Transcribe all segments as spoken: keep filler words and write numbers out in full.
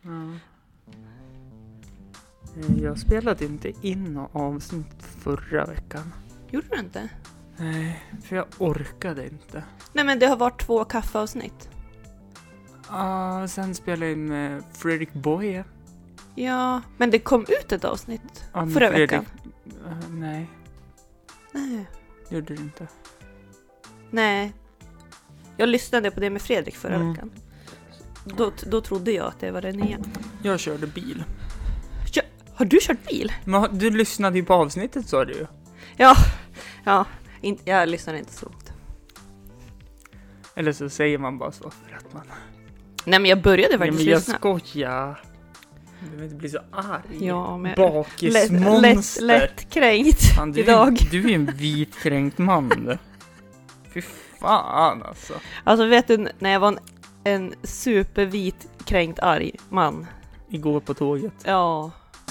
Ja. Jag spelade inte in avsnitt förra veckan. Gjorde du inte? Nej, för jag orkade inte. Nej, men det har varit två kaffeavsnitt. Ja, uh, sen spelade jag in med Fredrik Boye. Ja, men det kom ut ett avsnitt ja, förra Fredrik... veckan. Uh, nej. Nej. Gjorde du inte? Nej. Jag lyssnade på det med Fredrik förra mm. veckan. Då, då trodde jag att det var det nya. Jag körde bil. Ja, har du kört bil? Men du lyssnade ju på avsnittet, sa du ju. Ja, ja. In, jag lyssnade inte så långt. Eller så säger man bara så för att man... Nej, men jag började faktiskt ja, men lyssna. Jag skojar. Du vill inte bli så arg. Ja, men... Bakismonster. Lätt, lätt, lätt kränkt fan, du, idag. Du är en vitkränkt man. Fy fan alltså. Alltså vet du, när jag var en, en supervit kränkt arg man. Igår på tåget. Ja.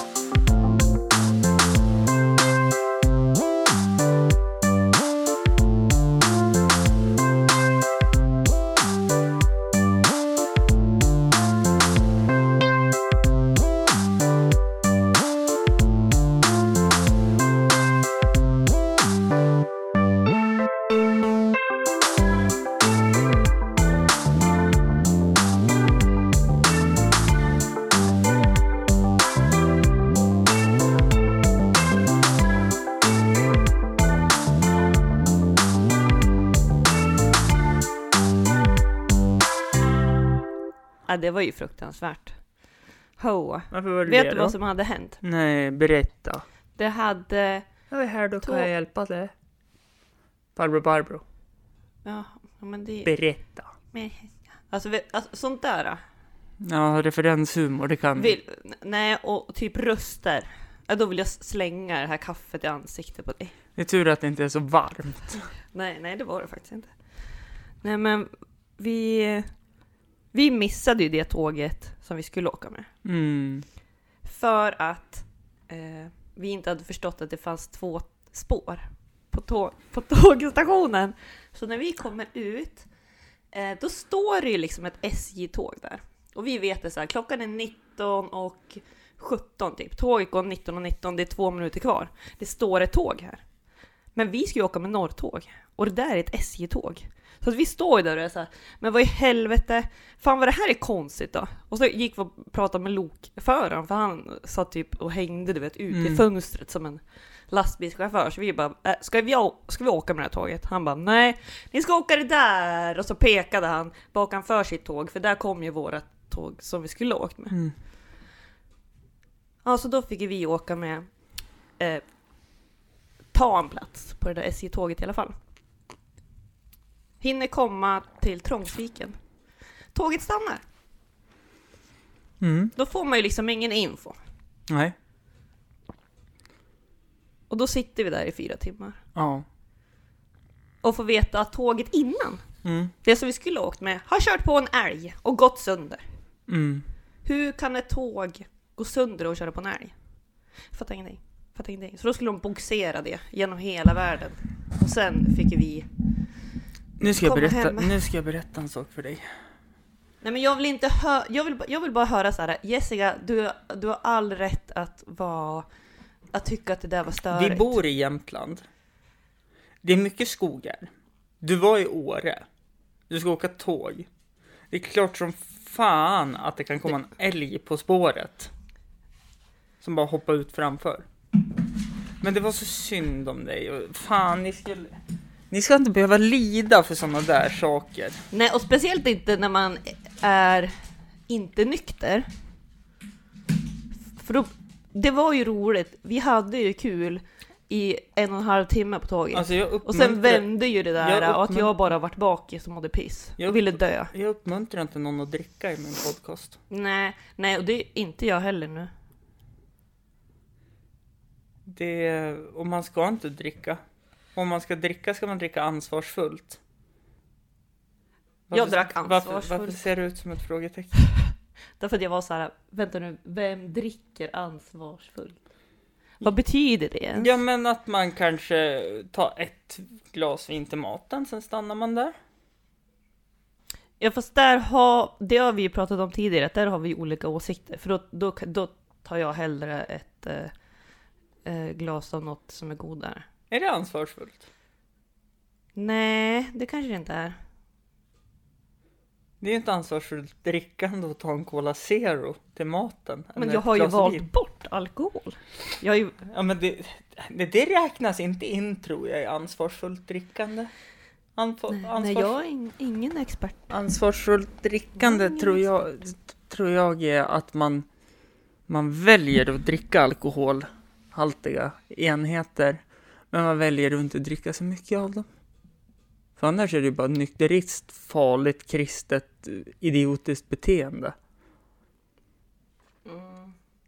Ja, det var ju fruktansvärt. Ho. Varför var det Vet det du då? vad som hade hänt? Nej, berätta. Det hade... Jag är här, då kan Tå- jag hjälpa dig. Barbro Barbro. Ja, men det... Berätta. Men, alltså, vet, alltså, sånt där. Ja, referenshumor, det kan... Vill, nej, och typ röster. Ja, då vill jag slänga det här kaffet i ansiktet på dig. Det är tur att det inte är så varmt. Nej, nej, det var det faktiskt inte. Nej, men vi... Vi missade ju det tåget som vi skulle åka med. Mm. För att eh, vi inte hade förstått att det fanns två spår på, tåg, på tågstationen. Så när vi kommer ut, eh, då står det ju liksom ett S J-tåg där. Och vi vet det så här, klockan är nitton och sjutton typ. Tåget går nitton och nitton, det är två minuter kvar. Det står ett tåg här. Men vi ska ju åka med norrtåg. Och det där är ett S J-tåg. Så att vi står där och är så här, men vad i helvete, fan vad det här är konstigt då. Och så gick vi och pratade med lokföraren, för han satt typ och hängde, du vet, ut mm. i fönstret som en lastbilschaufför. Så vi bara, äh, ska, vi å- ska vi åka med det här tåget? Han bara, nej, ni ska åka det där. Och så pekade han bakom för sitt tåg, för där kom ju våra tåg som vi skulle åka med. Mm. Ja, så då fick vi åka med, eh, ta en plats på det där S J-tåget i alla fall. Hinner komma till Trångsviken. Tåget stannar. Mm. Då får man ju liksom ingen info. Nej. Och då sitter vi där i fyra timmar. Ja. Och får veta att tåget innan, mm. det som vi skulle åkt med, har kört på en älg och gått sönder. Mm. Hur kan ett tåg gå sönder och köra på en älg? Fattar ingenting. Fattar ingenting. Så då skulle de boxera det genom hela världen. Och sen fick vi... Nu ska, jag berätta, nu ska jag berätta en sak för dig. Nej, men jag vill inte höra, jag vill, jag vill bara höra så här, Jessica, du, du har all rätt att vara, att tycka att det där var störigt. Vi bor i Jämtland. Det är mycket skogar. Du var i Åre. Du ska åka tåg. Det är klart som fan att det kan komma en älg på spåret. Som bara hoppar ut framför. Men det var så synd om dig. Och fan, ni skulle... Ni ska inte behöva lida för sådana där saker. Nej, och speciellt inte när man är inte nykter. För då, det var ju roligt. Vi hade ju kul i en och en halv timme på tåget. Alltså jag och sen vände ju det där jag och att jag bara varit bakis och mådde piss. Jag upp, ville dö. Jag uppmuntrar inte någon att dricka i min podcast. Nej, nej, och det är inte jag heller nu. Det, och man ska inte dricka. Om man ska dricka ska man dricka ansvarsfullt. Varför, jag drack ansvarsfullt. Varför, varför ser det ut som ett frågetecken? Därför att jag var så här, vänta nu, vem dricker ansvarsfullt? Vad betyder det? Ja, men att man kanske tar ett glas vin till maten, sen stannar man där. Ja, fast där har, det har vi ju pratat om tidigare, att där har vi olika åsikter. För då, då, då tar jag hellre ett eh, glas av något som är godare. Är det ansvarsfullt? Nej, det kanske det inte är. Det är ju inte ansvarsfullt drickande att ta en Cola Zero till maten. Men jag har ju valt vin. bort alkohol. Jag har ju... Ja, men det, det, det räknas inte in, tror jag, i ansvarsfullt drickande. Anf- nej, ansvars- nej, jag är in, ingen expert. Ansvarsfullt drickande nej, tror jag, tror jag är att man, man väljer att dricka alkoholhaltiga enheter. Men man väljer att inte dricka så mycket av dem. För annars är det bara nykterist, farligt, kristet, idiotiskt beteende. Mm.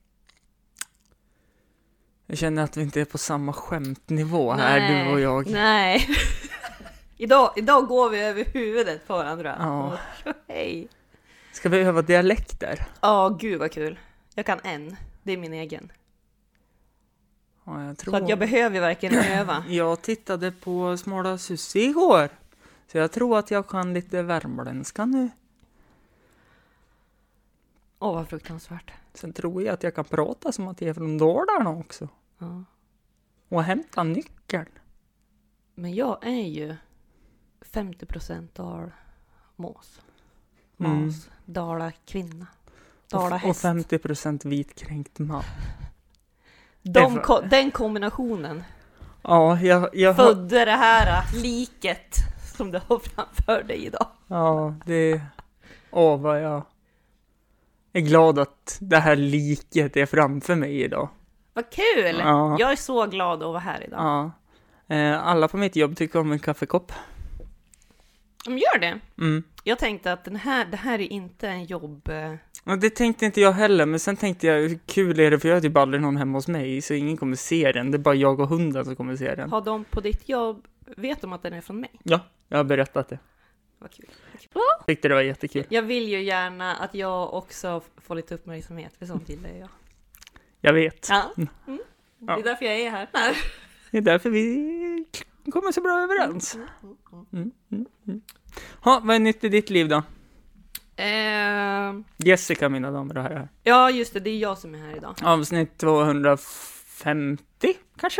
Jag känner att vi inte är på samma skämtnivå nej, här, du och jag. Nej. idag, idag går vi över huvudet på varandra. Ja. Hej. Ska vi öva dialekter? Ja, oh, gud vad kul. Jag kan en. Det är min egen. Ja, jag tror... Så att jag behöver verkligen öva. Jag tittade på Smala Sussi igår. Så jag tror att jag kan lite värmländska nu. Åh, oh, vad fruktansvärt. Sen tror jag att jag kan prata som att jag är från Dalarna också. Ja. Och hämta nyckeln. Men jag är ju femtio procent dalmås. Mås. Mm. Dala kvinna. Och, Dala häst. och femtio procent vitkränkt man. De ko- den kombinationen ja, jag, jag födde det här liket som du har framför dig idag. Ja, det... Åh, vad jag är glad att det här liket är framför mig idag. Vad kul! Ja. Jag är så glad att vara här idag. Ja. Eh, alla på mitt jobb tycker om en kaffekopp. De gör det. Mm. Jag tänkte att den här, det här är inte en jobb... Ja, det tänkte inte jag heller, men sen tänkte jag, hur kul är det, för jag har typ aldrig någon hemma hos mig, så ingen kommer se den. Det är bara jag och hunden som kommer se den. Har de på ditt jobb, vet de att den är från mig? Ja, jag har berättat det. Vad kul. Jag tyckte det var jättekul. Jag vill ju gärna att jag också får lite uppmärksamhet, för sånt gillar jag. Jag vet. Ja. Mm. Det är därför jag är här. Det är därför vi kommer så bra överens. Mm, mm, mm. Ha, vad är nytt i ditt liv då? Eh, Jessica, mina damer och herrar. ja, just det. Det är jag som är här idag. Avsnitt tvåhundrafemtio, kanske?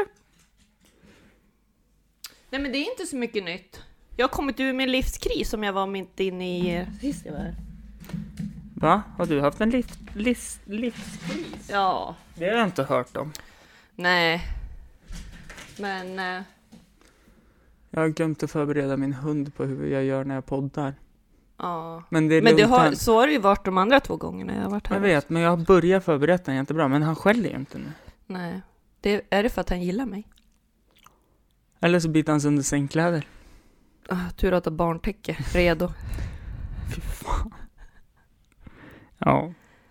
Nej, men det är inte så mycket nytt. Jag har kommit ur min livskris som jag var mitt inne i sist jag var här. Va? Har du haft en liv, livs, livskris? Ja. Det har jag inte hört om. Nej. Men... Eh, Jag har glömt att förbereda min hund på hur jag gör när jag poddar. ja. Men det är Men det lugnt har, än. så har det ju varit de andra två gångerna jag har varit här. Jag vet, men jag har börjat förbereda den jättebra. Men han skäller ju inte nu. Nej. Det, är det för att han gillar mig? Eller så biter han sönder sängkläder. Ah, tur att ha barntäcke redo. Fy fan. Ja.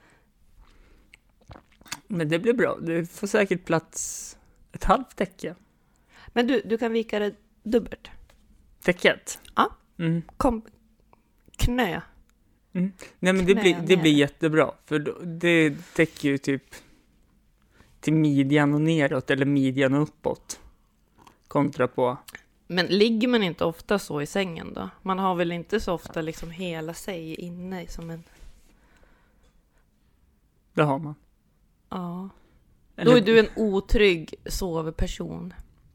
Men det blir bra. Det får säkert plats ett halvt täcke. Men du, du kan vika det dubbelt. Täcket? Ja. Mm. Kom, knö. Mm. Nej, men det Knä blir, det ner. blir jättebra. För då, det täcker ju typ till midjan och neråt. Eller midjan och uppåt. Kontra på... Men ligger man inte ofta så i sängen då? Man har väl inte så ofta liksom hela sig inne som en... Det har man. Ja. Eller, Då är du en otrygg sovperson.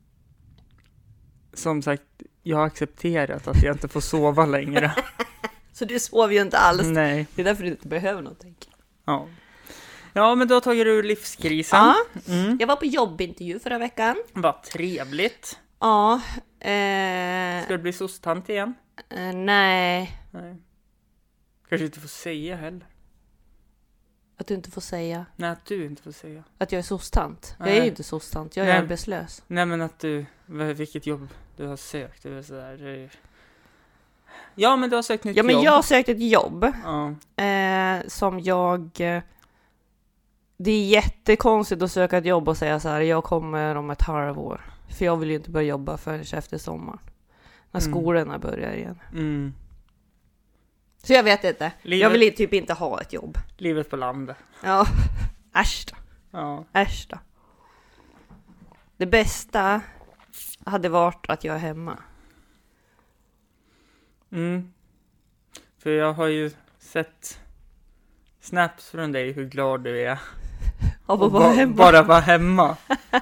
Som sagt, jag har accepterat att jag inte får sova längre. Så du sover ju inte alls. Nej. Det är därför du inte behöver någonting. Ja. Ja, men då har tagit ur livskrisen. Ja. Mm. Jag var på jobbintervju förra veckan. Vad trevligt. Ja. Eh, Ska det bli sostant igen? eh, nej. Nej. Kanske inte får säga heller. Att du inte får säga Nej, att du inte får säga. att jag är sostant. Jag Nej. är ju inte sostant. Jag är Nej. arbetslös. Nej, men att du... Vilket jobb du har sökt. Det är sådär. det är- Ja, men du har sökt nytt Ja, men jobb. jag har sökt ett jobb. Ja. Eh, som jag... eh, Det är jättekonstigt att söka ett jobb och säga så här: jag kommer om ett halvår. För jag vill ju inte börja jobba förrän efter sommaren. När Mm. skolorna börjar igen. Mm. Så jag vet inte. Livet- Jag vill typ inte ha ett jobb. Livet på landet. Ja, äsch då. Ja. Äsch då. Det bästa hade varit att jag är hemma. Mm. För jag har ju sett snaps från dig hur glad du är. Av att vara ba- hemma. Bara vara hemma.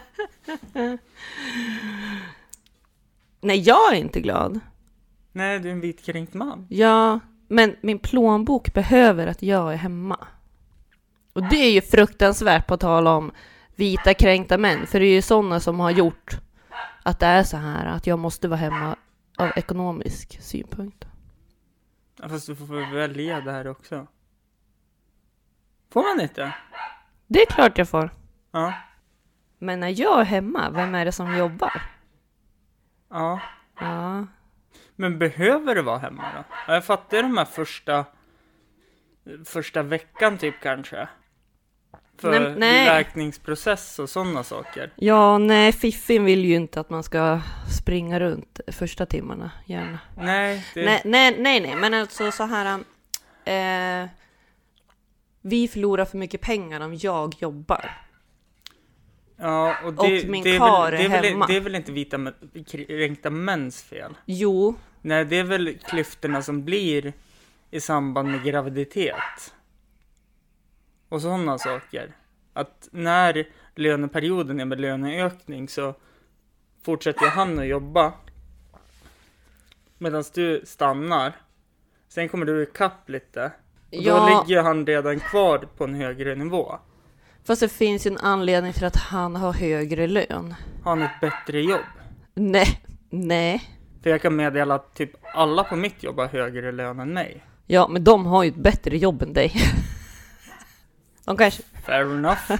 Nej, jag är inte glad. Nej, du är en vitkränkt man. Ja, men min plånbok behöver att jag är hemma. Och det är ju fruktansvärt på att tala om vita kränkta män. För det är ju sådana som har gjort att det är så här att jag måste vara hemma av ekonomisk synpunkt. Ja, fast du får välja det här också. Får man inte? Det är klart jag får. Ja. Men när jag är hemma, vem är det som jobbar? Ja. Ja. Men behöver du vara hemma då? Ja, jag fattar de här första första veckan typ kanske. För Nej, nej. läkningsprocess och sådana saker. Ja, nej, Fiffin vill ju inte att man ska springa runt första timmarna, gärna. Nej, det... Nej, nej, nej, nej, men alltså så här... Eh, vi förlorar för mycket pengar om jag jobbar. Ja, och, det, Och min det, är kar väl, är det, är väl, hemma. det är väl inte vita män- kränkta mäns fel? Jo, Nej, det är väl klyftorna som blir i samband med graviditet. Och sådana saker. Att när löneperioden är med löneökning så fortsätter han att jobba. Medan du stannar. Sen kommer du ikapp lite. Och då Ja. ligger han redan kvar på en högre nivå. fast det finns ju en anledning för att han har högre lön. Har han ett bättre jobb? Nej, nej. För jag kan meddela att typ alla på mitt jobb har högre lön än mig. Ja, men de har ju ett bättre jobb än dig. De kanske... Fair enough.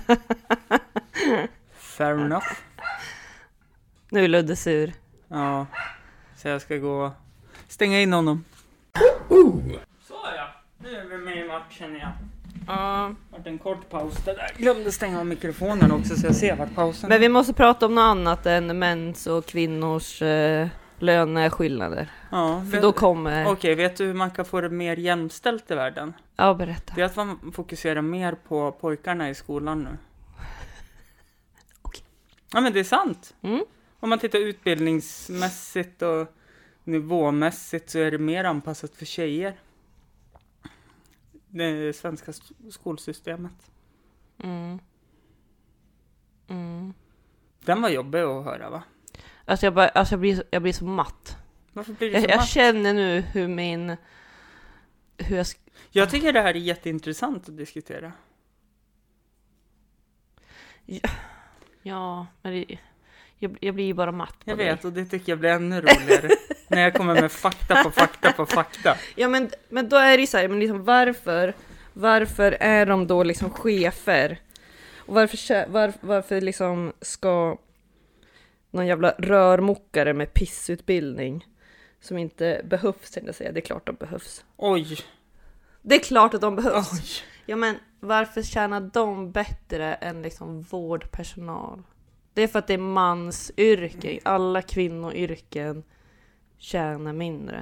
Fair enough. Nu är Ludde sur. Ja. Så jag ska gå stänga in honom. Så ja. Nu är vi med i matchen igen. Ja. Vart en kort paus. Det där. Glömde stänga av mikrofonen också så jag ser vart pausen. Men vi måste prata om något annat än mäns och kvinnors eh, löneskillnader. Ja. För då kommer... Okej, vet du hur man kan få det mer jämställt i världen? Ja, berätta. Det är att man fokuserar mer på pojkarna i skolan nu. Okej. Ja, men det är sant. Mm. Om man tittar utbildningsmässigt och nivåmässigt så är det mer anpassat för tjejer. Det svenska skolsystemet. Mm. Mm. Den var jobbig att höra, va? Alltså, jag, bara, alltså jag, blir, så- jag blir så matt. Varför blir det så Jag, jag matt? känner nu hur min... Hur jag... sk- Jag tycker det här är jätteintressant att diskutera. Ja, men det, jag, jag blir ju bara matt på Jag dig. vet, och det tycker jag blir ännu roligare. När jag kommer med fakta på fakta på fakta. Ja, men, men då är det ju så här, men liksom varför, varför är de då liksom chefer? Och varför, kä- var, varför liksom ska någon jävla rörmokare med pissutbildning som inte behövs, tänkte jag säga. Det är klart de behövs. Oj. Det är klart att de behövs. Oj. Ja, men varför tjänar de bättre än liksom vårdpersonal? Det är för att det är mansyrken. Alla kvinnoyrken tjänar mindre.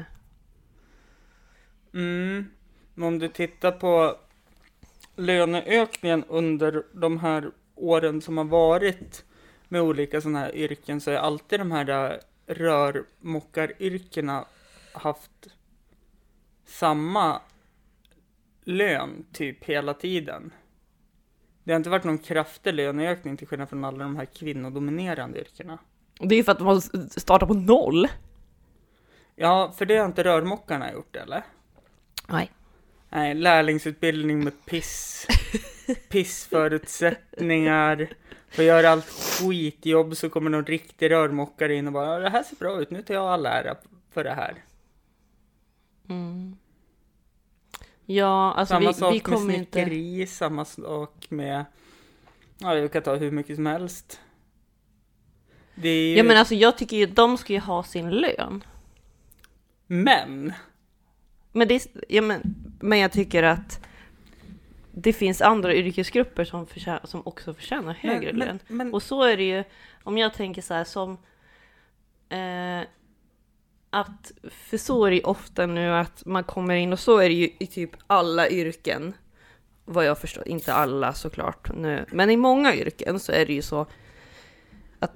Mm. Men om du tittar på löneökningen under de här åren som har varit med olika sådana här yrken så är alltid de här rörmokaryrkena haft samma lön typ hela tiden. Det har inte varit någon kraftig löneökning till skillnad från alla de här kvinnodominerande yrkena. Och det är ju för att man startar på noll. Ja, för det har inte rörmokarna gjort, eller? Nej. Nej, lärlingsutbildning med piss. Pissförutsättningar. För att göra allt skitjobb så kommer någon riktig rörmokare in och bara, det här ser bra ut, nu tar jag all ära för det här. Mm. Ja, alltså Samma vi, sak vi med kommer inte... snickeri, samma sak med, ja, vi kan ta hur mycket som helst. Det är ju... Ja, men alltså jag tycker ju att de ska ju ha sin lön. Men, Men, det är, ja, men, men jag tycker att det finns andra yrkesgrupper som, förtjä, som också förtjänar högre men, lön. men, men Och så är det ju, om jag tänker så här som eh, att, för så är det ju ofta nu att man kommer in, och så är det ju i typ alla yrken, vad jag förstår, inte alla såklart nu, men i många yrken så är det ju så att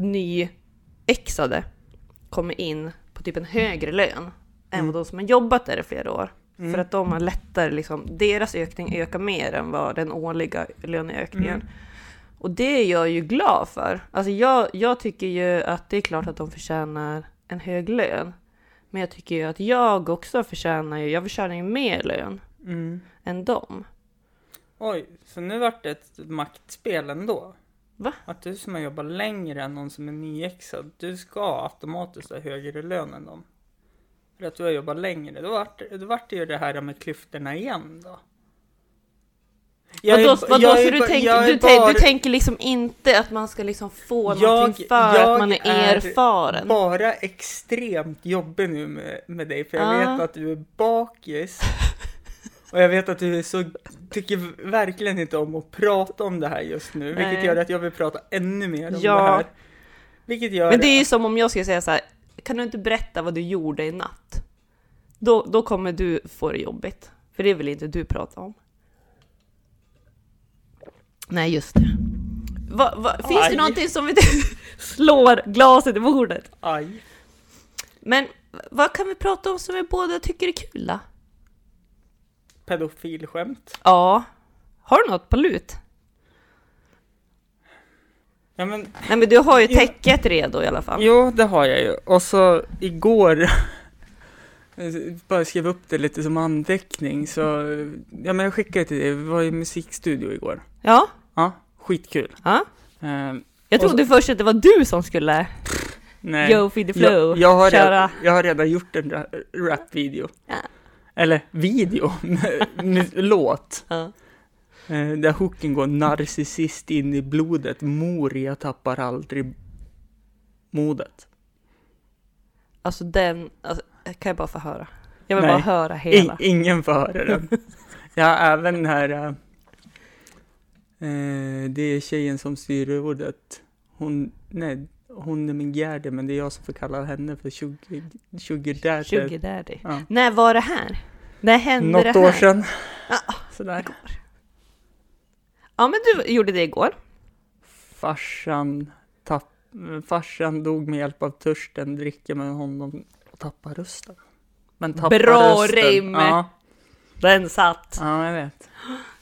nyexade kommer in på typ en högre lön än Mm. vad de som har jobbat där i flera år. Mm. För att de har lättare, liksom, deras ökning ökar mer än vad den årliga löneökningen. Mm. Och det är jag ju glad för. Alltså jag, jag tycker ju att det är klart att de förtjänar en hög lön. Men jag tycker ju att jag också förtjänar ju, jag förtjänar ju mer lön Mm. än dem. Oj, så nu vart det ett maktspel ändå. Va? Att du som har jobbat längre än någon som är nyexad, du ska automatiskt ha högre lön än dem. För att du har jobbat längre. Då vart, då vart det ju det här med klyftorna igen då. Jag Vadå, är- vadå jag så är du, ba- tänker, jag du, är tän- bara- du tänker liksom inte att man ska liksom få Jag- någonting för jag att man är, är erfaren? bara extremt jobbig nu med, med dig. För jag Ah. vet att du är bakis. Och jag vet att du är så, tycker verkligen inte om att prata om det här just nu. Vilket Nej. gör att jag vill prata ännu mer om Ja. det här. Vilket gör Men det är ju som om jag skulle säga så här: kan du inte berätta vad du gjorde i natt? Då, då kommer du få det jobbigt. För det vill inte du prata om. Nej, just det. Va, va, finns Aj. det någonting som vi slår glaset i bordet? Aj. Men vad kan vi prata om som vi båda tycker är kul då? Pedofilskämt. Ja. Har du något på lut? Ja, men, Nej, men du har ju Ja. täcket redo i alla fall. jo, det har jag ju. Och så igår jag bara skrev upp det lite som anteckning. Så ja, men jag skickade till dig. Vi var i musikstudio igår. Ja. Ja, skitkul. Ja. Ehm, Jag Och trodde först att det var du som skulle nej. go with the flow. Jag, jag, har köra. redan, jag har redan gjort en ra- rap-video. Ja. Eller video, med låt. Ja. Eh, där hooken går narcissist in i blodet. Mor, jag tappar aldrig modet. Alltså den, alltså, kan jag bara få höra? Jag vill Nej. bara höra hela. In, ingen får höra den. Jag har även den här... eh, eh, det är tjejen som styr ordet. Hon, nej, hon är min gärde, men det är jag som får kalla henne för sugar, sugar daddy. Sugar daddy. Ja. När var det här? När hände Något det här? år sedan. Ja. Sådär. Ja, men du gjorde det igår. Farsan, tapp, farsan dog med hjälp av törsten, dricker med honom och tappar rösten. Men tappar Bra rösten. rim. Ja, Den satt. ja, jag vet.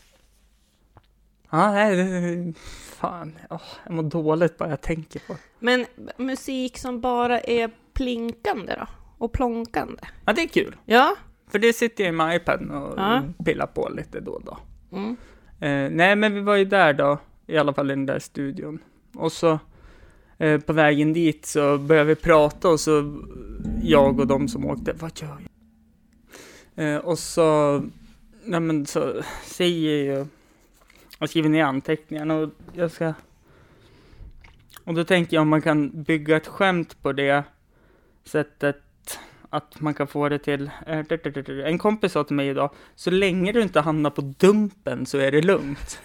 Ja, nej, det, fan. Åh, jag mår dåligt bara jag tänker på det. Men musik som bara är plinkande då? Och plonkande? Ja, det är kul. Ja. För det sitter jag i min iPad och Ja. pillar på lite då och då. Mm. Eh, nej, men vi var ju där då, i alla fall i den där studion. Och så eh, på vägen dit så började vi prata och så jag och de som åkte, vad gör jag? Eh, och så, nej men så säger jag, jag skriver ner anteckningarna och jag ska, och då tänker jag om man kan bygga ett skämt på det sättet att man kan få det till, eh, en kompis sa till mig idag, så länge du inte hamnar på dumpen så är det lugnt.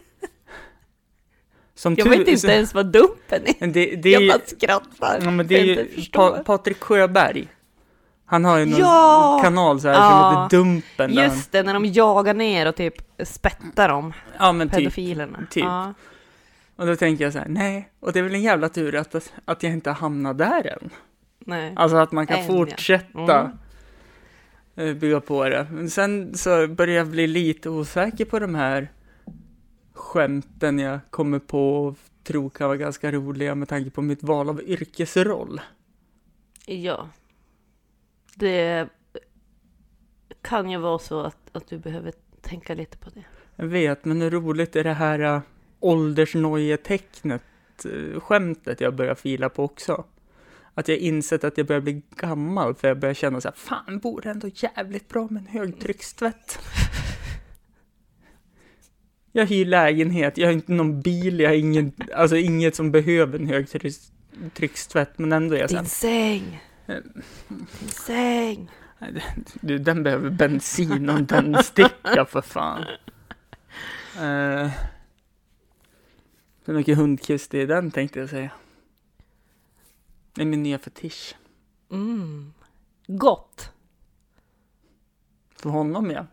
Som Jag tur- vet inte ens vad dumpen är. Men det, det är Jag ju, bara skrattar. ja, men det är Jag ju inte förstår. pa- Patrik Sjöberg. Han har ju någon Ja! kanal så här Ja. som heter Dumpen. Där han, Just det, när de jagar ner och typ spettar dem, ja, men typ. pedofilerna. typ. Ja. Och då tänker jag så här, nej. Och det är väl en jävla tur att, att jag inte hamnar där än. Nej. Alltså att man kan Än, ja. fortsätta eh, bygga på det. Men sen så börjar jag bli lite osäker på de här skämten jag kommer på och tror kan vara ganska roliga med tanke på mitt val av yrkesroll. Ja. Det kan ju vara så att, att du behöver tänka lite på det. Jag vet, men hur roligt är det här uh, åldersnojetecknet, uh, skämtet jag börjar fila på också. Att jag insett att jag börjar bli gammal för jag börjar känna så här, fan, vore ändå jävligt bra med en högtryckstvätt. Jag hyr lägenhet, jag har inte någon bil, jag har ingen, alltså inget som behöver en högtryckstvätt, men ändå är jag så här, Din säng! Din säng! du, den behöver bensin och den sticka för fan. Uh, hur mycket hundkiss det är den, tänkte jag säga. Det är min nya fetisch. Mm. Gott! För honom, ja.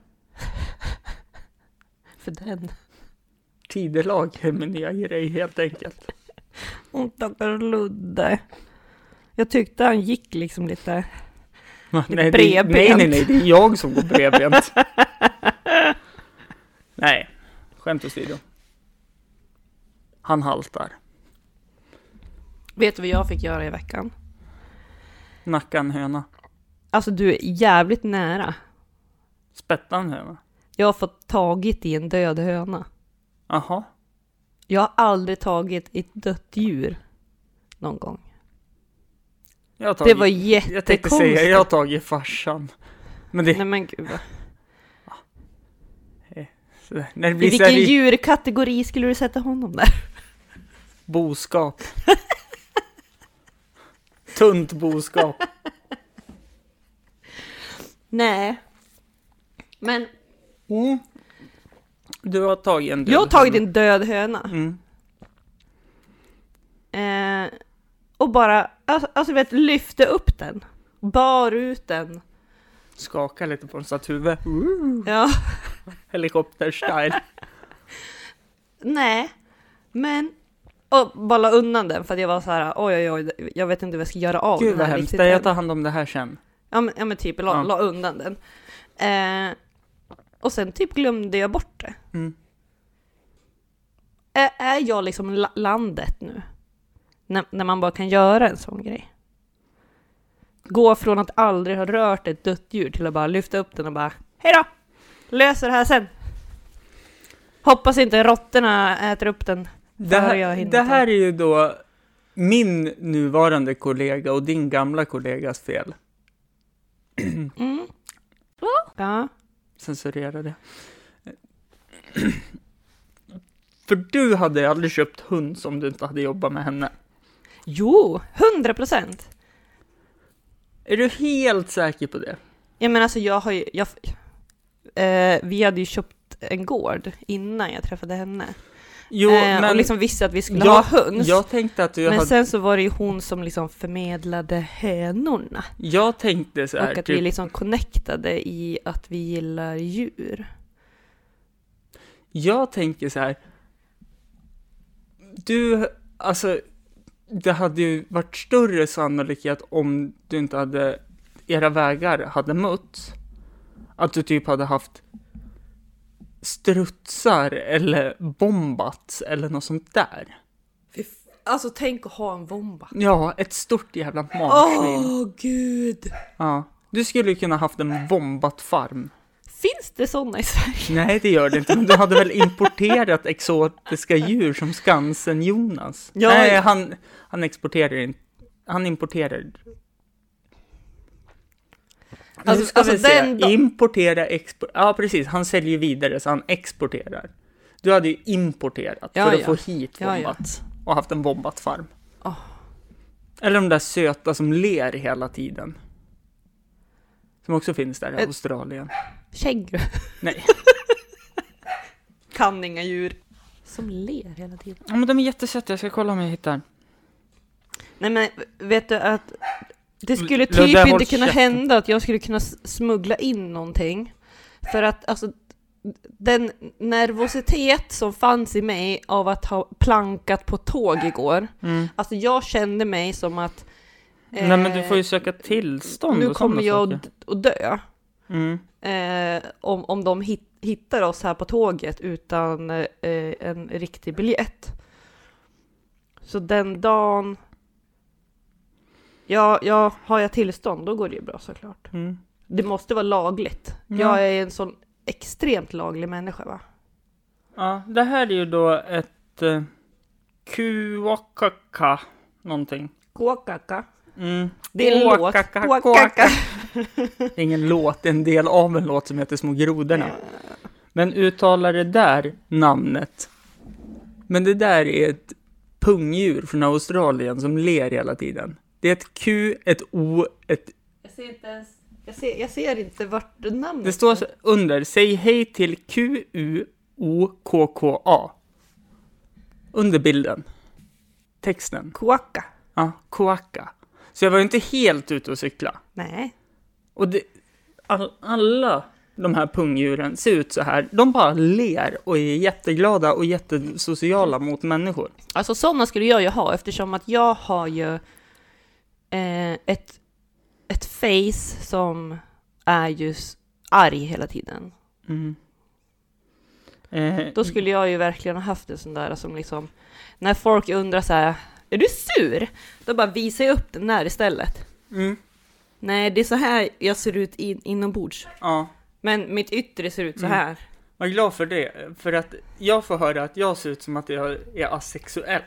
För den. Tidelag är min nya grej, helt enkelt. Hon tackar Ludde. Jag tyckte han gick liksom lite nej, det, bredbent. nej, nej, nej, det är jag som går bredbent. Nej, skämt åsido. Han haltar. Vet du vad jag fick göra i veckan? Nacka en höna. Alltså du är jävligt nära. Spätta en höna. Jag har fått tagit i en död höna. Aha. Jag har aldrig tagit ett dött djur någon gång. Jag har tagit, Det var jättekonstigt. Jag tänkte säga, jag har tagit farsan. Men det... Nej men gud. Så, när det I blir vilken så här, djurkategori skulle du sätta honom där? boskap. Tunt boskap. Nej. Men Mm. Du har tagit en död jag har tagit höna. en död höna. Mm. Eh, och bara, alltså, alltså vet, lyfte upp den. Bar ut den. Skaka lite på en satt huvud. Ja. Helikopter-style. Nej. Men och bara la undan den för att jag var så här, oj oj oj, jag vet inte vad jag ska göra av Gud den vad här hemskt. riktigt Jag än. tar hand om det här sen. Ja men, ja, men typ, la, Ja. la undan den. Eh, och sen typ glömde jag bort det. Mm. Är, är jag liksom la- landet nu? När, när man bara kan göra en sån grej. Gå från att aldrig ha rört ett dött djur till att bara lyfta upp den och bara, hej då! Löser det här sen. Hoppas inte råttorna äter upp den. Det jag här, hinner det ta. här är ju då min nuvarande kollega och din gamla kollegas fel. Mm. Ja. Censurera det. För du hade aldrig köpt hund som du inte hade jobbat med henne. Jo, hundra procent. Är du helt säker på det? Ja men alltså jag har ju, jag, eh, vi hade ju köpt en gård innan jag träffade henne. Jo, eh, men och liksom visste att vi skulle jag, ha höns. jag tänkte att du men hade... sen så var det ju hon som liksom förmedlade hönorna. Jag tänkte så här, Och att typ, vi liksom connectade i att vi gillar djur. jag tänker så här. Du, alltså, det hade ju varit större sannolikhet om du inte hade, era vägar hade mötts. Att du typ hade haft strutsar eller bombats eller något sånt där. Alltså tänk att ha en bomba. Ja, ett stort jävla Åh marsvin. oh, gud. Ja, du skulle ju kunna haft en bombat farm. Finns det sådana i Sverige? Nej, det gör det inte. Men du hade väl importerat exotiska djur som Skansen Jonas? Ja, Nej, ja. han, han exporterar inte. Han importerar. Alltså- Nu ska alltså vi se. den då- Importera, export. Ja, precis. Han säljer vidare så han exporterar. Du hade ju importerat Ja, för att ja. få hit Ja, ja. bombat. Och haft en bombat farm. Åh. Eller de där söta som ler hela tiden. Som också finns där i Ett- Australien. Känguru. Nej. Kan inga djur. Som ler hela tiden. Ja, men de är jättesöta. Jag ska kolla om jag hittar. Nej men vet du att det skulle Ludde, typ håll inte kunna käften. hända att jag skulle kunna s- smuggla in någonting. För att alltså den nervositet som fanns i mig av att ha plankat på tåg igår. Mm. Alltså jag kände mig som att eh, Nej, men du får ju söka tillstånd nu och kommer sådana jag saker. att d- att dö. Mm. Eh, om, om de hit, hittar oss här på tåget utan eh, en riktig biljett. Så den dagen ja, ja, har jag tillstånd då går det ju bra såklart. Mm. Det måste vara lagligt. Ja. Jag är en sån extremt laglig människa va? Ja, det här är ju då ett eh, kuakaka någonting. Kåkaka. Mm. Det är en låt. Kuakaka, Kåkaka. kuakaka. Det är ingen låt, det är en del av en låt som heter Små grodorna. Men uttalar det där namnet. Men det där är ett pungdjur från Australien som ler hela tiden. Det är ett Q, ett O, ett... Jag ser inte ens, jag ser, jag ser inte vart namnet Det står så under, säg hej till Q U O K K A. Under bilden. Texten. Kåka. Ja, kuaka. Så jag var ju inte helt ute och cykla. Nej. Och det, all, alla de här pungdjuren ser ut så här. De bara ler och är jätteglada och jättesociala mot människor. Alltså sådana skulle jag ju ha eftersom att jag har ju eh, ett, ett face som är just arg hela tiden. Mm. Eh, Då skulle jag ju verkligen ha haft en sån där som liksom, när folk undrar så här, är du sur? Då bara visar jag upp den där istället. Mm. Nej, det är så här jag ser ut in, inombords. Ja. Men mitt yttre ser ut så Mm. här. Jag är glad för det. För att jag får höra att jag ser ut som att jag är asexuell.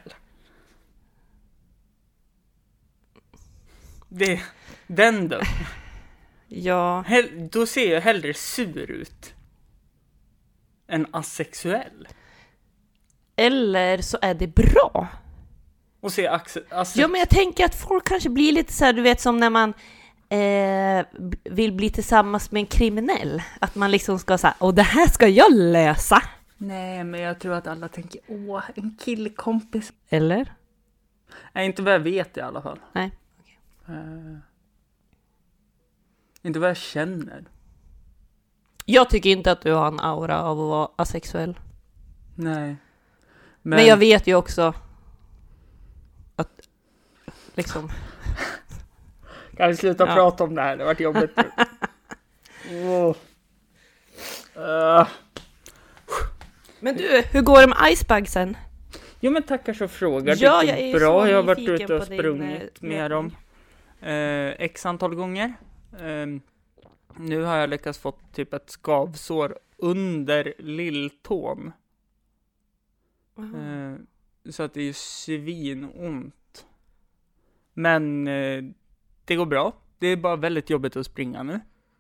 Det, den då. Ja, Hell, då ser jag hellre sur ut. Än asexuell. eller så är det bra. Och se axe, asex... Ja, men jag tänker att folk kanske blir lite så här, du vet, som när man eh, vill bli tillsammans med en kriminell. Att man liksom ska säga, och det här ska jag lösa. Nej, men jag tror att alla tänker, åh, en killkompis. Eller? Nej, inte vad jag vet i alla fall. Nej. Uh, inte vad jag känner. Jag tycker inte att du har en aura av att vara asexuell. Nej. Men, Men jag vet ju också att liksom... Kan vi sluta Ja. prata om det här? Det har varit jobbigt nu. oh. uh. Men du, hur går det med icebugsen? Jo, men tackar så frågar. Ja, det jag är går så bra. Jag har varit nyfiken ute och på din, sprungit eh, med dem. Eh, x antal gånger. Eh, nu har jag lyckats få typ ett skavsår under lilltån. Eh, så att det är ju svinont. Men eh, det går bra. Det är bara väldigt jobbigt att springa nu.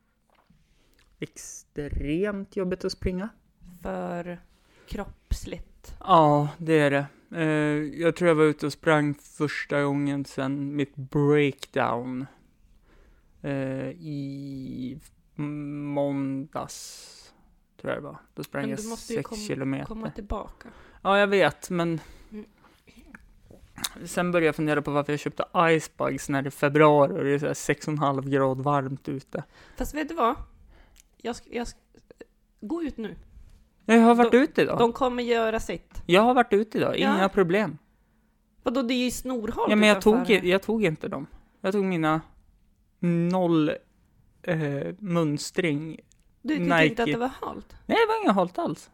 Extremt jobbigt att springa. För kroppsligt. Ja, det är det. Eh, jag tror jag var ute och sprang första gången sedan mitt breakdown. Eh, I måndags. Tror jag det var. Då sprang Men jag du måste ju sex kom, kilometer. komma tillbaka. Ja, jag vet, men... Mm. Sen började jag fundera på varför jag köpte icebugs när det är februari och det är så här sex komma fem grad varmt ute. Fast vet du vad? Jag ska, jag ska, gå ut nu. Jag har varit De- ute idag. De kommer göra sitt. Jag har varit ute idag, inga Ja. problem. Vadå, det är ju snorhalt Ja, men jag utanför tog, här. jag tog inte dem. Jag tog mina noll eh, mönstring. Du tyckte Nike. inte att det var halt? Nej, det var inga halt alls.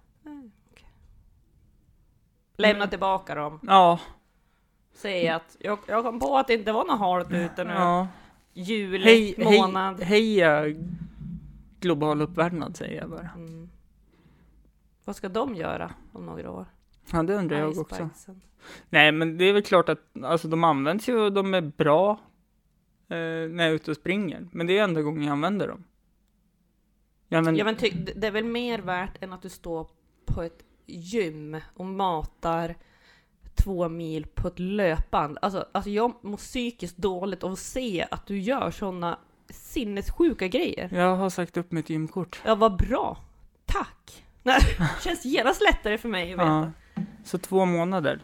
Lämna Mm. tillbaka dem. Ja. Säg att jag, jag kom på att det inte var något halt ute nu. ja. Juli Hej, månad. hej, heja global uppvärmnad, säger jag bara. Mm. Vad ska de göra om några år? Ja, det undrar jag också. Icebugsen. Nej, men det är väl klart att alltså, de används ju och de är bra eh, när jag är ute och springer. Men det är enda gången jag använder dem. Jag använder... Ja, men ty- det är väl mer värt än att du står på ett gym och matar två mil på ett löpband. Alltså, alltså jag mår psykiskt dåligt av att se att du gör sådana sinnessjuka grejer. jag har sagt upp mitt gymkort. Ja, vad bra. Tack. Nej, känns genast lättare för mig att veta. Ja. Så två månader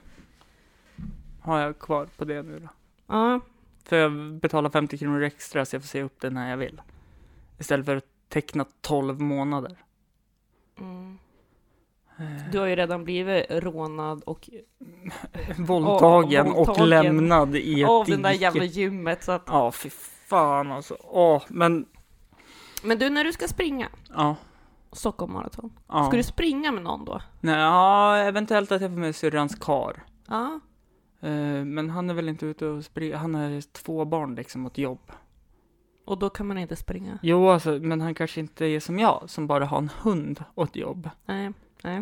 har jag kvar på det nu då. Ja. För jag betalar femtio kronor extra så jag får se upp det när jag vill. Istället för att teckna tolv månader. Mm. Du har ju redan blivit rånad och Våldtagen Ja, och våldtagen lämnad i ett av den där dike. jävla gymmet. Så att... Ja, fy fan alltså. Åh, men... Men du, när du ska springa Ja. Stockholm Marathon, ja. ska du springa med någon då? Nej, ja, eventuellt att jag får med syrrans kar. Ja. Eh, men han är väl inte ute och springer. Han har två barn liksom åt jobb. Och då kan man inte springa? Jo, alltså, men han kanske inte är som jag, som bara har en hund åt jobb. Nej, nej.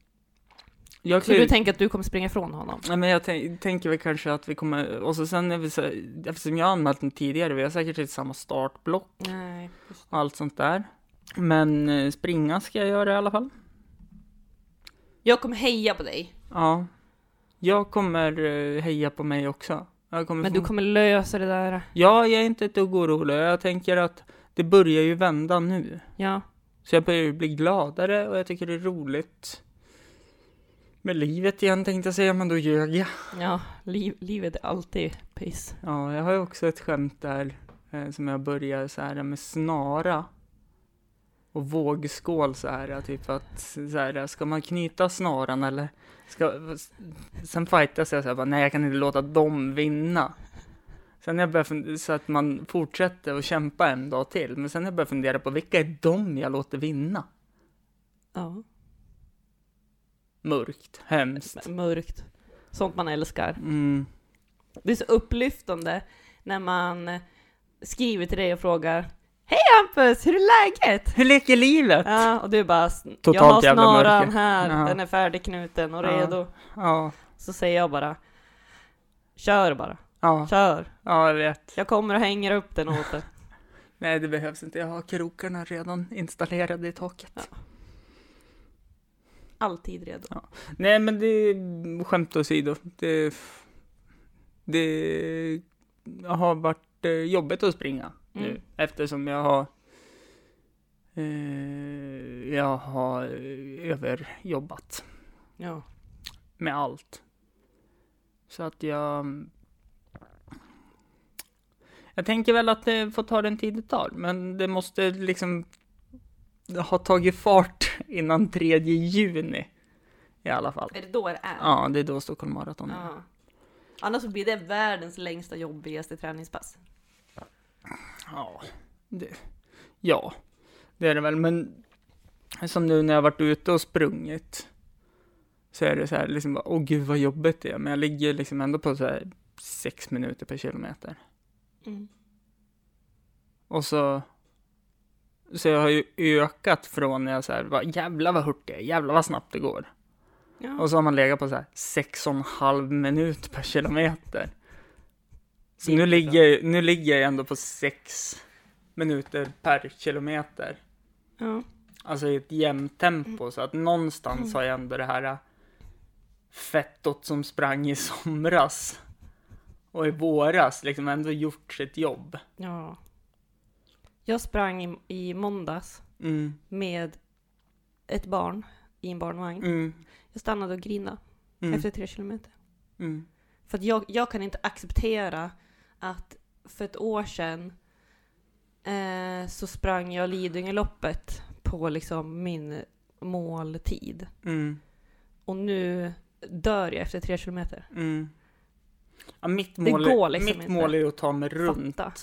Jag Så kan ju- du tänker att du kommer springa ifrån honom? Nej, men jag tän- tänker väl kanske att vi kommer, och så sen är vi så, eftersom jag har anmält den tidigare, vi har säkert inte samma startblock Nej. Just och allt sånt där. Men eh, springa ska jag göra i alla fall. Jag kommer heja på dig. Ja. Jag kommer eh, heja på mig också. Jag kommer Men få... du kommer lösa det där. Ja, jag är inte ett dugg orolig. Jag tänker att det börjar ju vända nu. Ja. Så jag börjar bli gladare och jag tycker det är roligt. Med livet igen tänkte jag säga, men då ljög jag. Ja, liv, livet är alltid piss. Ja, jag har ju också ett skämt där eh, som jag börjar så här med snara och vågskål så här, typ att så här, ska man knyta snaran eller ska, sen fightas jag så här, bara, nej jag kan inte låta dem vinna. Sen jag börjar fundera, så att man fortsätter att kämpa en dag till. Men sen jag börjar fundera på vilka är de jag låter vinna. Ja. Mörkt, hemskt. Mörkt. Sånt man älskar. Mm. Det är så upplyftande när man skriver till dig och frågar: hej Hampus, hur är läget? Hur leker livet? Ja, och du bara, Totalt jag har jävla snaran mörker. här, Ja. den är färdigknuten och Ja. redo. Ja, Så säger jag bara, kör bara, ja, kör. ja, jag vet. Jag kommer och hänger upp den åt dig. Nej, det behövs inte. Jag har krokarna redan installerade i taket. Ja. Alltid redo. Ja. Nej, men det är skämt åsido. Det, det har varit eh, jobbigt att springa nu. Mm. Eftersom jag har eh, jag har överjobbat Ja. med allt. Så att jag jag tänker väl att det får ta den tid det tar. Men det måste liksom ha tagit fart innan tredje juni. I alla fall. Är det då det är? Ja, det är då Stockholm Marathon. Ja. Annars så blir det världens längsta jobbigaste träningspass. Ja, det, ja, det är det väl. Men som nu när jag har varit ute och sprungit så är det så här liksom, åh gud vad jobbigt det är. Men jag ligger liksom ändå på så här sex minuter per kilometer. Mm. Och så så jag har ju ökat från när jag så här, vad, jävlar vad hurt det är, jävlar vad snabbt det går. Ja. Och så har man legat på så här sex och en halv minut per kilometer. Så nu ligger, nu ligger jag ändå på sex minuter per kilometer. Ja. Alltså i ett jämnt tempo. Så att någonstans har jag ändå det här fettot som sprang i somras. Och i våras liksom ändå gjort sitt jobb. Ja. Jag sprang i, i måndags Mm. med ett barn i en barnvagn. Mm. Jag stannade och grinade Mm. efter tre kilometer. Mm. För att jag, jag kan inte acceptera att för ett år sedan eh, så sprang jag Lidingöloppet på liksom min måltid. Mm. Och nu dör jag efter tre kilometer. Mm. Ja, mitt Det mål, går liksom mitt inte. mål är att ta mig runt Fatta.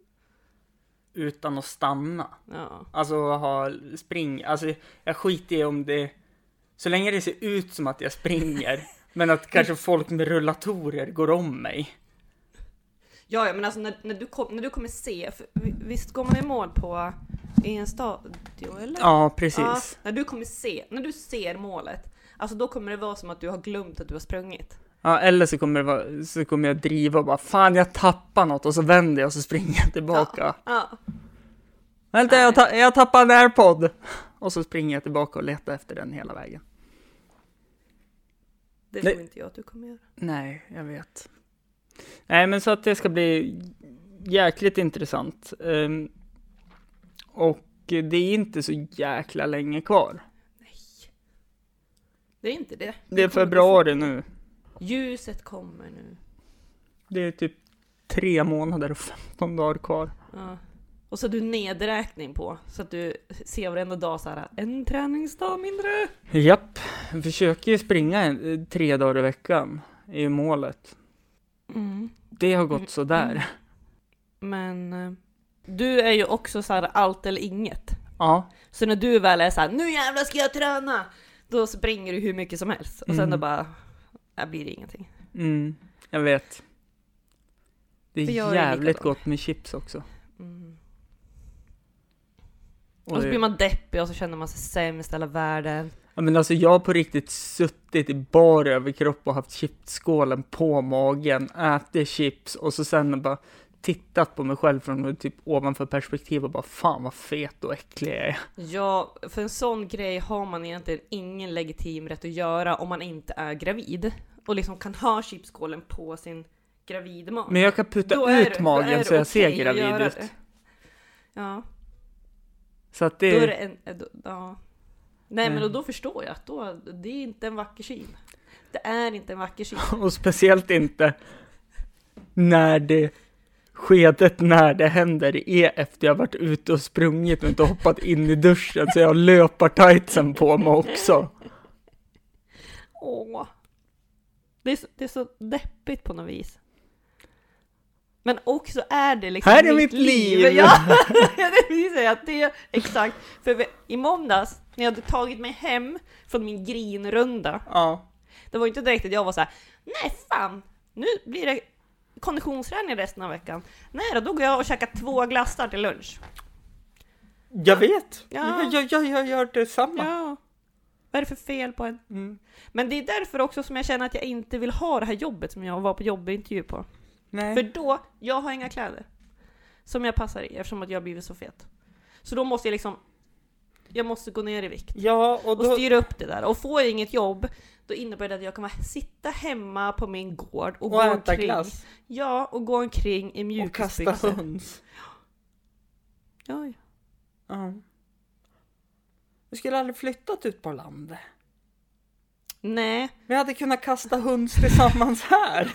utan att stanna. Ja. Alltså ha spring. Alltså jag skiter i om det, så länge det ser ut som att jag springer, men att kanske folk med rullatorer går om mig. Ja, ja, men alltså när, när, du kom, när du kommer se, för visst går man i mål på i en stadio, eller? Ja, precis. Ja, när du kommer se, när du ser målet, alltså då kommer det vara som att du har glömt att du har sprungit. Ja, eller så kommer det vara, så kommer jag driva och bara, fan jag tappar något, och så vänder jag och så springer jag tillbaka. Ja. Vänta, jag, ta- jag tappar en AirPod. Och så springer jag tillbaka och letar efter den hela vägen. Det Nej. tror inte jag att du kommer göra. Nej, jag vet. Nej, men så att det ska bli jäkligt intressant. Um, och det är inte så jäkla länge kvar. Nej. Det är inte det. Det är kommer gå februari nu. fort. Ljuset kommer nu. Det är typ tre månader och femton dagar kvar. Ja. Och så har du nedräkning på, så att du ser varenda dag så här, en träningsdag mindre. Japp, jag försöker ju springa en, tre dagar i veckan i målet. Mm. Det har gått så där. Men eh, du är ju också så här allt eller inget. Ja. Så när du väl är så här, nu jävlar ska jag träna, då springer du hur mycket som helst. Och sen Mm. då bara, där blir det ingenting. Mm, jag vet. Det För är jag är jävligt likadan. gott med chips också. Mm. Och Och så det- blir man deppig och så känner man sig sämst i hela världen. Ja, men alltså jag har på riktigt suttit i bar överkropp och haft chipsskålen på magen, ätit chips och så sen bara tittat på mig själv från typ ovanför perspektiv och bara fan vad fet och äcklig jag är. Ja, för en sån grej har man egentligen ingen legitim rätt att göra om man inte är gravid. Och liksom kan ha chipskålen på sin gravidmage. Men jag kan putta Då är ut det- då är magen det så jag ser okej att göra gravid ut. det. Ja, Så att då är det, det en... eh, Då, ja. Nej, men då, då förstår jag att då, det är inte en vacker syn. Det är inte en vacker syn. och speciellt inte när det skedet när det händer är efter jag varit ute och sprungit och inte hoppat in i duschen så jag har löpartightsen på mig också. Åh. Det är, så, det är så deppigt på något vis. Men också är det liksom här är mitt liv. liv. Ja, jag vill säga att det är exakt. För vi, i måndags, när jag hade tagit mig hem från min grinrunda, ja. det var inte direkt att jag var så här: nej fan, nu blir det konditionsträning resten av veckan. Nej, då går jag och käkar två glassar till lunch. Jag vet. Ja. Jag, jag, jag, jag gör detsamma. Ja. Vad är det för fel på en? Mm. Men det är därför också som jag känner att jag inte vill ha det här jobbet som jag var på jobbintervju på. Nej. För då, jag har inga kläder som jag passar i eftersom att jag har blivit så fet. Så då måste jag liksom, jag måste gå ner i vikt. Ja, och, då... och styra upp det där. Och får jag inget jobb, då innebär det att jag kommer sitta hemma på min gård och, och gå äta omkring. glass. Ja, och gå omkring i mjukisbyxor. Och kasta höns. Ja, ja. Ja. Du skulle aldrig flyttat ut på landet. Nej. Vi hade kunnat kasta höns tillsammans här.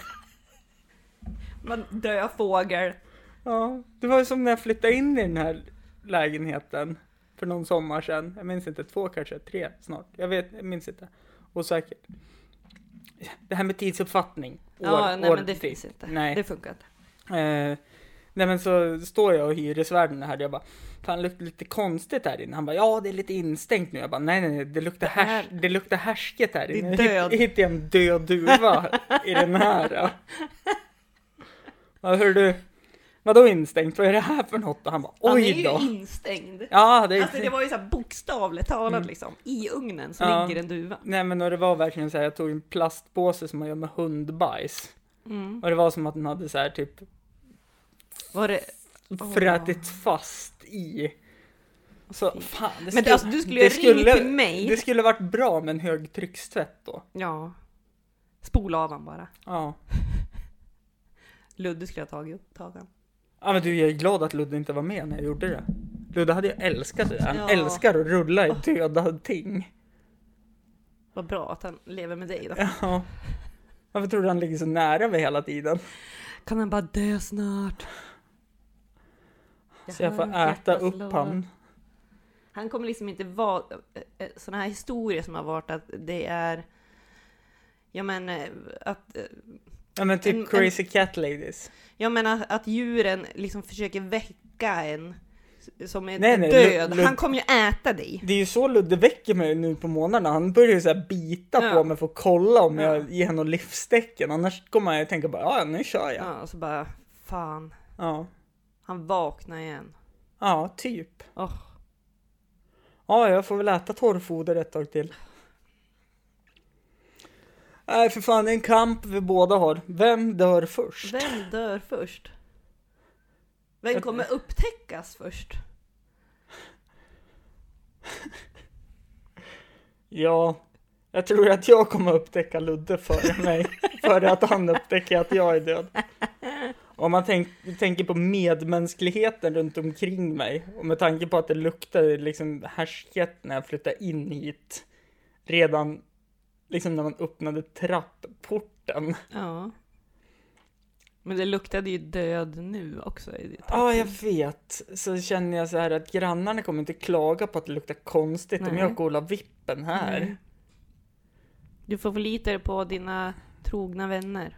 Man dör fågel. Ja, det var ju som när jag flyttade in i den här lägenheten för någon sommar sedan. Jag minns inte, två kanske, tre snart. Jag vet, jag minns inte. Osäkert. Det här med tidsuppfattning. År, Ja, nej år, men det finns inte. Nej. Det funkar inte. Eh, nej men så står jag och hyresvärden här och jag bara, fan det luktar lite konstigt här inne. Han bara, ja det är lite instängt nu. Jag bara, nej nej, nej det luktar, Det här- härs- det luktar härsket här inne. Det är död. Jag hittade en död duva i den här. Ja. Ja, hör du, vadå instängt? Vad är det här för något? Och han bara, Han är oj ju då. instängd. Ja, det är... Alltså det var ju så här bokstavligt talat Mm. liksom. I ugnen så Ja. ligger en duva. Nej men och det var verkligen så här, jag tog en plastpåse som man gör med hundbajs. Mm. Och det var som att den hade så här typ Var det... frätit fast i. Så Fy. fan, det Men skulle, alltså, du skulle ju det ringa till mig. Det skulle varit bra med en högtryckstvätt då. Ja. Spola av han bara. Ja. Ludde skulle jag tagit upp tagen. Ja men du, jag är glad att Ludde inte var med när jag gjorde det. Ludde hade ju älskat det. Han Ja. älskar att rulla i döda ting. Vad bra att han lever med dig då. Ja. Varför tror du han ligger så nära mig hela tiden? Kan han bara dö snart? Så jag får hör äta hjärtat upp slå. han. Han kommer liksom inte vara sådana här historier som har varit att det är, jag menar att, Ja men typ En- crazy cat ladies. jag menar att djuren liksom försöker väcka en som är Nej, nej, död. Lud- Lud- Han kommer ju äta dig. Det är ju så Ludde väcker mig nu på månaderna. Han börjar ju så här bita Ja. på mig för att kolla om Ja. jag ger honom livstecken. Annars kommer jag tänka bara, ja nu kör jag. Ja, och så bara, fan. Ja, Han vaknar igen. ja typ. Åh. Ja, jag får väl äta torrfoder ett tag till. Nej, för fan, det är en kamp vi båda har. Vem dör först? Vem dör först? Vem kommer upptäckas först? Ja, jag tror att jag kommer upptäcka Ludde före mig. Före att han upptäcker att jag är död. Om man tänk, tänker på medmänskligheten runt omkring mig. Och med tanke på att det luktade liksom härsket när jag flyttade in hit. Redan liksom när man öppnade trappporten. Ja. Men det luktade ju död nu också. i ditt Ja, jag hus. vet. Så känner jag så här att grannarna kommer inte klaga på att det luktar konstigt om Nej. jag går och vippen här. Nej. Du får förlita dig på dina trogna vänner.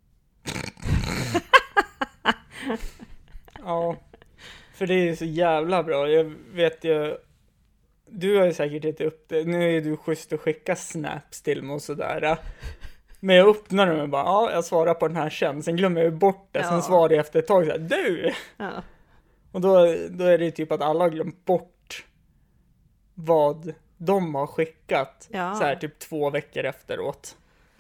Ja, för det är så jävla bra. Jag vet ju, du har ju säkert gett upp det. Nu är du schysst att skicka snaps till mig och sådär. Men jag öppnar dem och bara, ja, jag svarar på den här sen. Sen glömmer jag ju bort det. Ja. Sen svarar jag efter ett tag så här, du! Ja. Och då, då är det typ att alla har glömt bort vad de har skickat. Ja. Så här typ två veckor efteråt.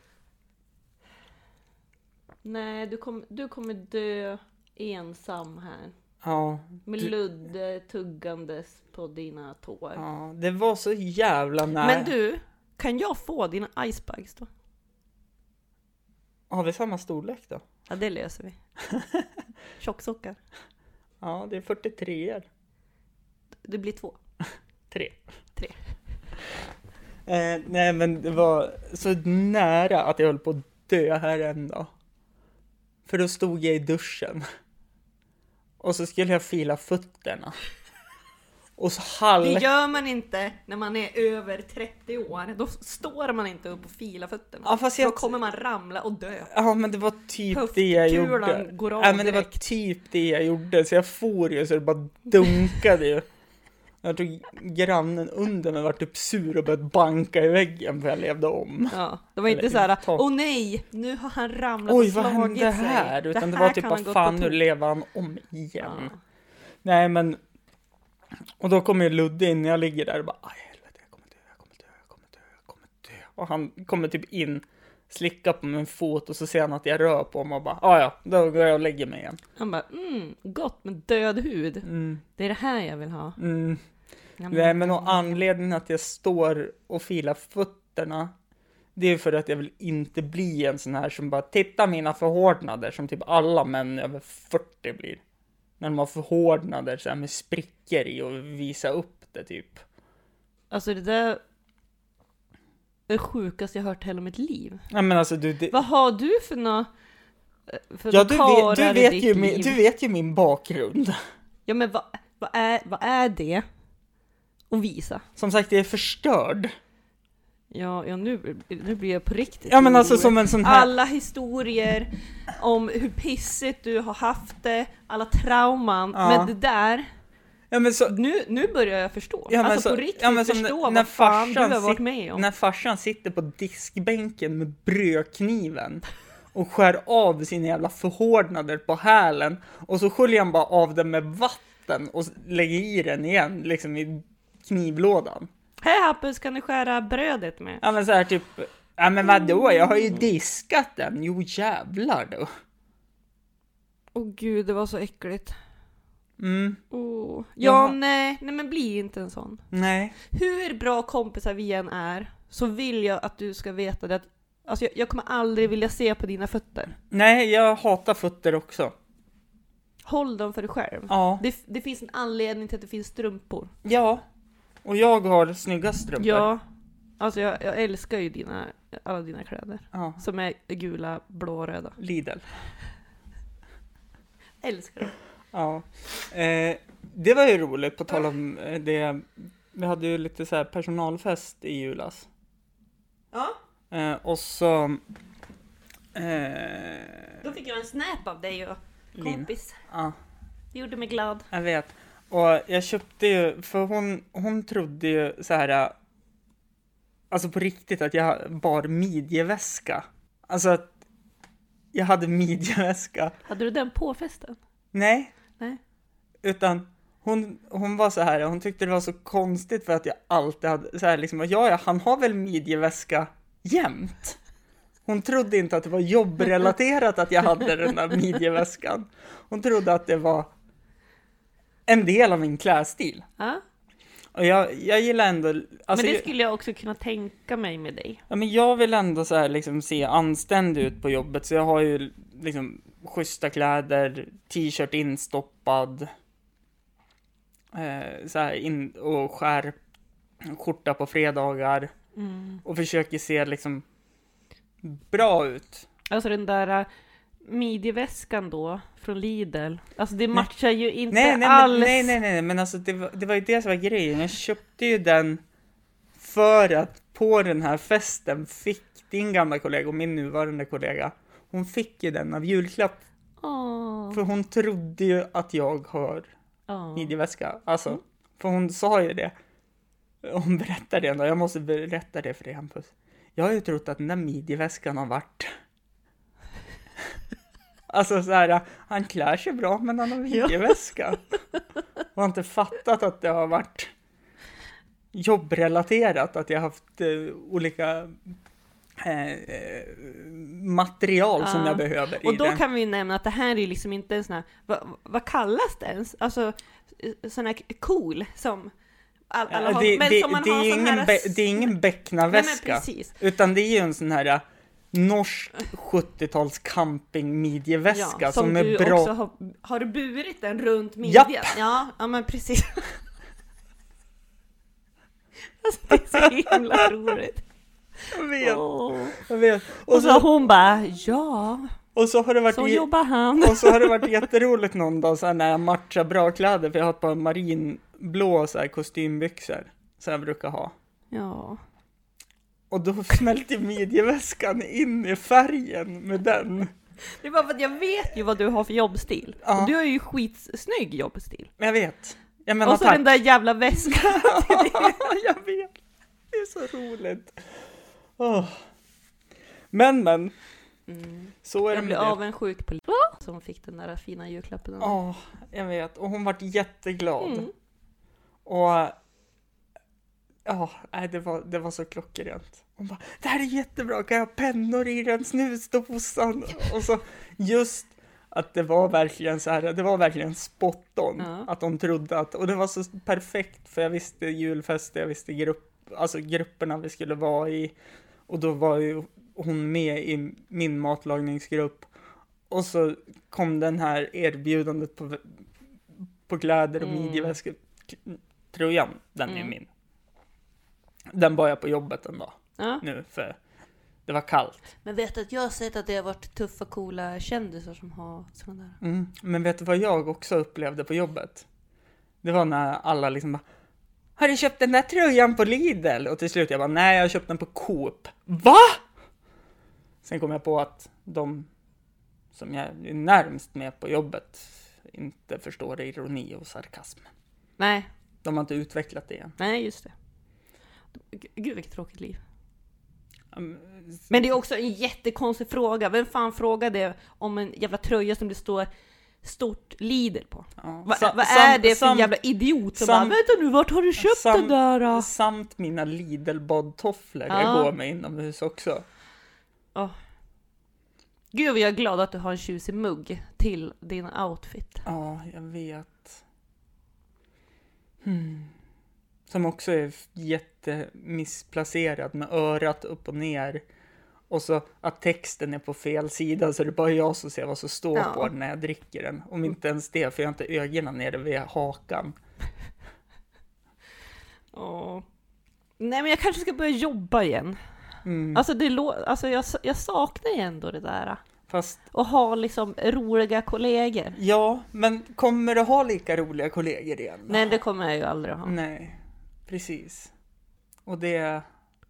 Nej, du, kom, du kommer dö ensam här. Ja, Med Du- Ludde tuggandes på dina tår. ja, det var så jävla nära. Men du, kan jag få dina icebags då? Har vi samma storlek då? Ja, det löser vi. Tjocksockar. Ja, det är fyrtiotre. Det blir två. Tre. Tre. Eh, nej men det var så nära att jag höll på att dö här en dag. För då stod jag i duschen. Och så skulle jag fila fötterna. Och så halv... Det gör man inte när man är över trettio år. Då står man inte upp och filar fötterna. Ja, fast jag... Då kommer man ramla och dö. Ja, men det var typ det jag gjorde. Går av ja, men det var direkt. typ det jag gjorde. Så jag for ju så det bara dunkade ju. Jag tog grannen under mig, var typ sur och började banka i väggen för jag levde om. Ja, det var inte Eller, så här, ta... åh nej, nu har han ramlat Oj, och vad slagit hände sig. här? Utan det, det var typ, kan vad ha gått fan, på nu tok. lever han om igen. Ja. Nej, men... Och då kommer ju Ludde in när jag ligger där och bara, aj helvete, jag kommer dö, jag kommer dö, jag kommer dö, jag kommer dö. Och han kommer typ in, slickar på min fot och så ser han att jag rör på mig och bara, ja ja, då går jag och lägger mig igen. Han bara, mm, gott med död hud. Mm. Det är det här jag vill ha. Mm. Ja, Nej, men och anledningen att jag står och filar fötterna, det är för att jag vill inte bli en sån här som bara, titta mina förhårdnader, som typ alla män över fyrtio blir. När de har förhårdnader så här med sprickor i och visa upp det typ. Alltså det där är det sjukaste jag hört hela mitt liv. Nej, men alltså du... Det... Vad har du för nå för Ja, nå du karar vet, du, i vet ditt ju min, liv? du vet ju min bakgrund. Ja, men vad, vad, är, vad är det? Och visa. Som sagt, jag är förstörd. Ja, ja nu, nu blir jag på riktigt. Ja, men alltså orolig. som en sån här... Alla historier om hur pissigt du har haft det, alla trauman. Ja. Men det där, Ja, men så... nu, nu börjar jag förstå. Ja, men alltså så- på riktigt ja, men som förstå när- när vad fan du farsan har varit sit- med om. När farsan sitter på diskbänken med brödkniven och skär av sina jävla förhårdnader på hälen och så sköljer han bara av den med vatten och lägger i den igen, liksom i knivlådan. Hej Hampus, kan du skära brödet med? Ja, men så här typ, ja men vadå, jag har ju diskat den. Jo jävlar då. Åh oh, gud, det var så äckligt. Mm, Oh. Ja, Jaha. nej, nej men bli inte en sån. nej. Hur bra kompisar vi än är så vill jag att du ska veta det att alltså jag, jag kommer aldrig vilja se på dina fötter. Nej, jag hatar fötter också. Håll dem för dig själv. Ja. Det, det finns en anledning till att det finns strumpor. Ja. Och jag har snygga strumpor. Ja, alltså jag, jag älskar ju dina, alla dina kläder. Ja. Som är gula, blå och röda. Lidl. Älskar dem. Ja. Eh, det var ju roligt på tal om eh, det. Vi hade ju lite så här personalfest i julas. Ja, Eh, och så... Eh, då fick jag en snap av dig och Lin. kompis. ja, Det gjorde mig glad. jag vet. Och jag köpte ju, för hon, hon trodde ju så här, alltså på riktigt att jag bar midjeväska. Alltså att jag hade midjeväska. Hade du den på festen? Nej. Nej. Utan hon, hon var så här, hon tyckte det var så konstigt för att jag alltid hade så här liksom, ja, ja han har väl midjeväska jämt. Hon trodde inte att det var jobbrelaterat att jag hade den där midjeväskan. Hon trodde att det var en del av min klädstil. Ja. Och jag, jag gillar ändå... Alltså, Men det skulle jag också kunna tänka mig med dig. ja, men jag vill ändå så här liksom se anständig ut på jobbet. Så jag har ju liksom schyssta kläder, t-shirt instoppad. Eh, så här in, och skär skjorta på fredagar. Mm. Och försöker se liksom bra ut. Alltså den där uh, midjeväskan då från Lidl. Alltså det matchar ju inte Nej, nej, alls. men, nej, nej, nej, men alltså det var, det var ju det som var grejen. Jag köpte ju den för att på den här festen fick din gamla kollega och min nuvarande kollega, hon fick ju den av julklapp. Åh. För hon trodde ju att jag har Åh. midjeväska. Alltså, för hon sa ju det. Hon berättade det ändå. Jag måste berätta det för dig, Hampus. Jag har ju trott att den där midjeväskan har varit... Alltså så här, han klär sig bra men han har midjeväska. Och har inte fattat att det har varit jobbrelaterat. Att jag har haft eh, olika eh, eh, material som Ja. jag behöver Och i då den. kan vi ju nämna att det här är ju liksom inte en sån här, vad, vad kallas det ens? Alltså sån här cool som all, alla Ja, har, det, men det, som man det, har är sån ingen här... be, det är ingen Nej, men becknarväska. precis. Utan det är ju en sån här norsk sjuttio-tals camping-midjeväska Ja, som, som är du bra. också har, har du burit den runt midjan? Japp. Ja, ja men precis. Alltså, det är så himla roligt. Jag vet, Åh. jag vet. Och, Och, så så, hon bara, ja, och så har det varit så i- jobbar han. och så har det varit jätteroligt någon dag så här, när jag matchar bra kläder, för jag har ett par marin blå så här kostymbyxor som jag brukar ha. Ja. Och då smälte midjeväskan in i färgen med den. Det är bara för att jag vet ju vad du har för jobbstil. Ja. Och du har ju skitsnygg jobbstil. Men jag vet. Jag menar, och så tack. den där jävla väskan. Jag vet. Det är så roligt. Oh. Men, men. Mm. Så är Jag det blev med det. avundsjuk på som fick den där fina julklappen. Ja, jag vet. Och hon var jätteglad. Mm. Och ja, nej, det var, det var så klockrent. Hon bara, det här är jättebra, kan jag ha pennor i den snusdosan? Och så just att det var verkligen så här, det var verkligen spot on. Ja. Att de trodde att, och det var så perfekt för jag visste julfest, jag visste grupp, alltså grupperna vi skulle vara i. Och då var ju hon med i min matlagningsgrupp. Och så kom den här erbjudandet på, på kläder och Mm. midjeväskor. Tröjan, den är Mm. min. Den bar jag på jobbet en dag Ja. nu för det var kallt. Men vet du att jag har sett att det har varit tuffa, coola kändisar som har sådana där. Mm. Men vet du vad jag också upplevde på jobbet? Det var när alla liksom bara, har du köpt den där tröjan på Lidl? Och till slut jag bara, nej jag har köpt den på Coop. Va? Sen kom jag på att de som jag är närmst med på jobbet inte förstår ironi och sarkasm. Nej, De har inte utvecklat det än. nej just det. G- Gud vilket tråkigt liv. Um, Men det är också en jättekonstig fråga. Vem fan frågade om en jävla tröja som det står stort Lidl på? ja. Va, Sa- vad sam- är det för sam- jävla idiot som sam- bara, vänta nu, vart har du köpt sam- den där? Då? Samt mina Lidl-badtofflor. Ja. Jag går med inomhus också. Oh. Gud vad jag är glad att du har en tjusig mugg till din outfit. Ja, jag vet. Hmm. Som också är jättemissplacerad med örat upp och ner. Och så att texten är på fel sida så det är bara jag som ser vad som står Ja. på den när jag dricker den. Om inte ens det, för jag har inte ögonen nere vid hakan. Oh. Nej men jag kanske ska börja jobba igen. Mm. Alltså, det lå- alltså jag, jag saknar ju ändå det där. Fast, Och ha liksom roliga kollegor. ja, men kommer du ha lika roliga kollegor igen? Nej, det kommer jag ju aldrig ha. Nej, precis. Och det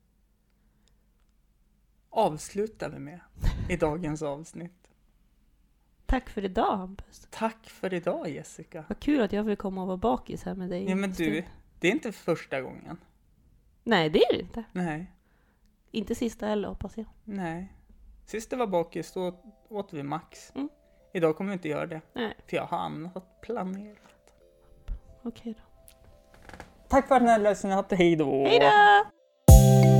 avslutar vi med i dagens avsnitt. Tack för idag, Hampus. Tack för idag, Jessica. Vad kul att jag fick komma och vara bakis här med dig. Ja, men en du, stund. det är inte första gången. Nej, det är det inte. Nej, Inte sista heller, hoppas jag. nej. Sist det var bakis, då åt vi Max. Mm. Idag kommer vi inte göra det, Nej, för jag har annat planerat. okej då. Tack för att ni har lyssnat, hej då! Hej då!